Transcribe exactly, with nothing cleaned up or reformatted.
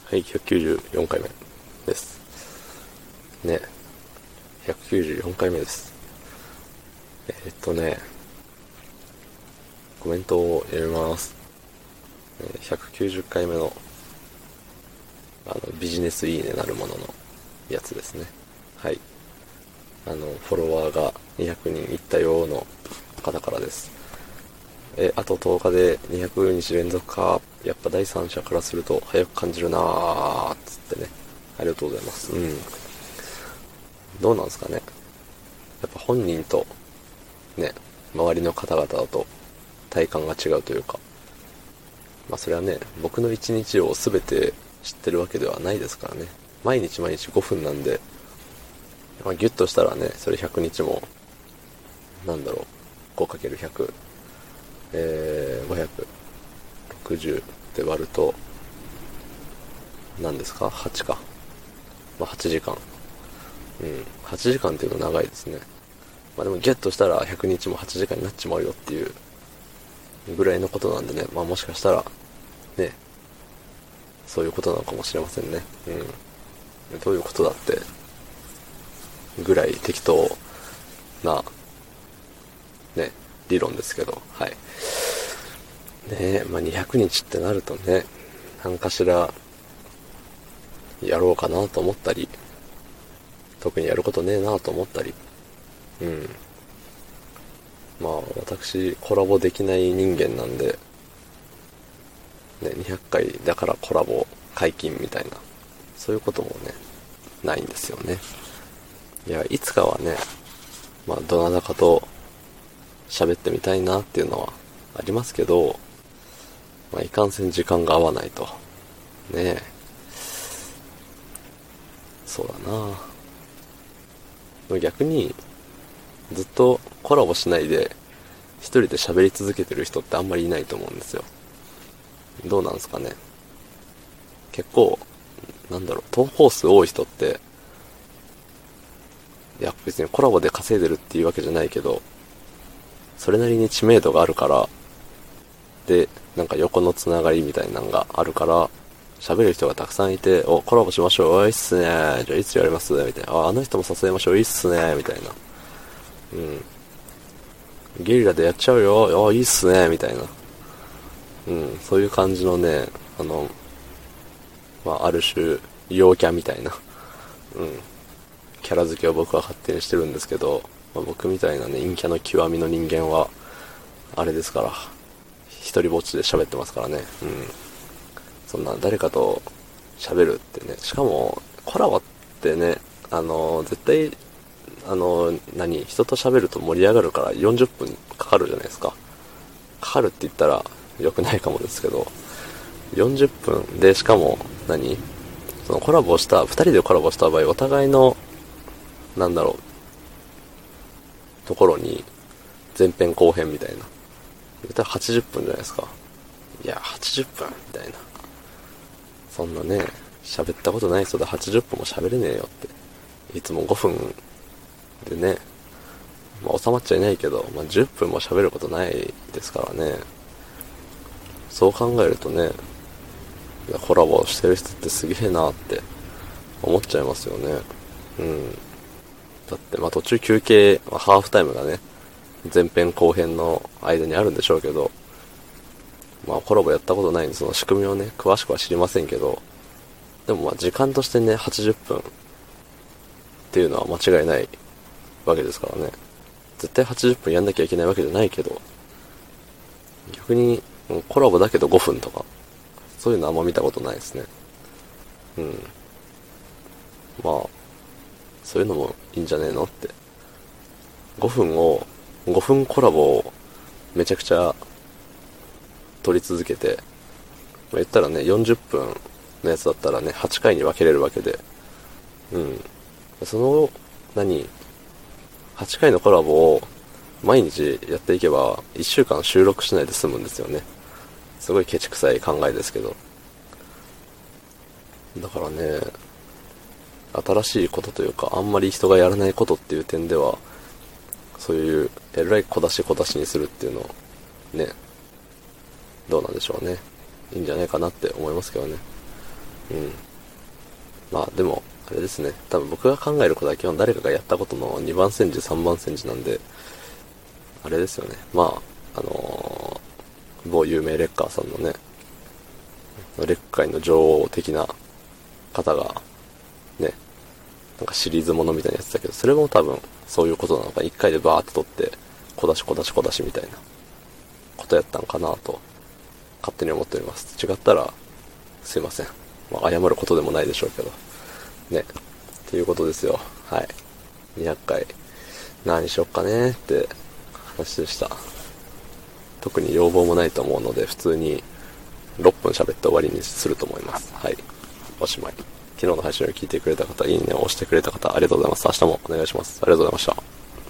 はい、ひゃくきゅうじゅうよんかいめですね。ひゃくきゅうじゅうよんかいめです。えー、っとねコメントを読みます。ひゃくきゅうじゅっかいめのあのビジネスいいねなるもののやつですね。はい、あのフォロワーがにひゃくにんいったよの方からです。えあととおかでにひゃくにち連続か、やっぱ第三者からすると早く感じるなーっつってね。ありがとうございます。うん、どうなんですかね。やっぱ本人とね、周りの方々だと体感が違うというか、まあそれはね、僕の一日を全て知ってるわけではないですからね。毎日毎日ごふんなんで、まあ、ギュッとしたらね、それひゃくにちも、なんだろう、ごかけるひゃく、えー、ごひゃくろくじゅうで割ると、何ですか ?はち か。まあはちじかん。うん、はちじかんっていうの長いですね。まあでもゲットしたらひゃくにちもはちじかんになっちまうよっていうぐらいのことなんでね、まあもしかしたら、ね、そういうことなのかもしれませんね。うん。どういうことだってぐらい適当なね、理論ですけど、はい。ねえ、まあにひゃくにちってなるとね、何かしらやろうかなと思ったり、特にやることねえなと思ったり、うん。まあ私コラボできない人間なんで、ね、にひゃっかいだからコラボ解禁みたいな、そういうこともね、ないんですよね。いや、いつかはね、まあどなたかと喋ってみたいなっていうのはありますけど、まあいかんせん時間が合わないと。ねえ、そうだな。逆に、ずっとコラボしないで、一人で喋り続けてる人ってあんまりいないと思うんですよ。どうなんですかね。結構、なんだろう、投稿数多い人って、いや別にコラボで稼いでるっていうわけじゃないけど、それなりに知名度があるから、で、なんか横のつながりみたいなのがあるから、喋る人がたくさんいて、お、コラボしましょう、おいいっすね、じゃあいつやりますみたいな、あ、あの人も誘いましょう、いいっすね、みたいな。うん。ゲリラでやっちゃうよ、あ、いいっすね、みたいな。うん、そういう感じのね、あの、まあ、ある種、陽キャみたいな、うん、キャラ付けを僕は勝手にしてるんですけど、まあ、僕みたいなね、陰キャの極みの人間は、あれですから、一人ぼっちで喋ってますからね。うん。そんな誰かと喋るってね、しかもコラボってね、あの絶対あの何人と喋ると盛り上がるからよんじゅっぷんかかるじゃないですか。かかるって言ったら良くないかもですけど、よんじゅっぷんで、しかも何そのコラボしたふたりでコラボした場合、お互いのなんだろうところに前編後編みたいな、絶対はちじゅっぷんじゃないですか。いやはちじゅっぷんみたいな、そんなね、喋ったことない人ではちじゅっぷんも喋れねえよって。いつもごふんでね、まあ収まっちゃいないけど、まあじゅっぷんも喋ることないですからね。そう考えるとね、いやコラボしてる人ってすげえなって思っちゃいますよね。うん。だってまあ途中休憩、まあ、ハーフタイムがね、前編後編の間にあるんでしょうけど、まあコラボやったことないんで、その仕組みをね、詳しくは知りませんけど、でもまあ時間としてね、はちじゅっぷんっていうのは間違いないわけですからね。絶対はちじゅっぷんやんなきゃいけないわけじゃないけど、逆にコラボだけどごふんとか、そういうのあんま見たことないですね。うん。まあ、そういうのもいいんじゃねえのって。ごふんを、ごふんコラボをめちゃくちゃ撮り続けて、まあ、言ったらね、よんじゅっぷんのやつだったらね、はちかいに分けれるわけで、うん。その、何はちかいのコラボを毎日やっていけばいっしゅうかん収録しないで済むんですよね。すごいケチくさい考えですけど、だからね、新しいことというか、あんまり人がやらないことっていう点では、そういうえらい小出し小出しにするっていうのをね、どうなんでしょうね、いいんじゃないかなって思いますけどね。 うんまあでもあれですね、多分僕が考えることは基本誰かがやったことのにばん煎じさんばん煎じなんで、あれですよね。まああのー、某有名レッカーさんのね、レッカー界の女王的な方がね、なんかシリーズものみたいなやつだけど、それも多分そういうことなのか、一回でバーって取って小出し小出し小出しみたいなことやったんかなと勝手に思っております。違ったらすいません、まあ、謝ることでもないでしょうけどね、っていうことですよ。はい、にひゃっかい何しよっかねって話でした。特に要望もないと思うので普通にろっぷん喋って終わりにすると思います。はい、おしまい。昨日の配信を聞いてくれた方、いいねを押してくれた方、ありがとうございます。明日もお願いします。ありがとうございました。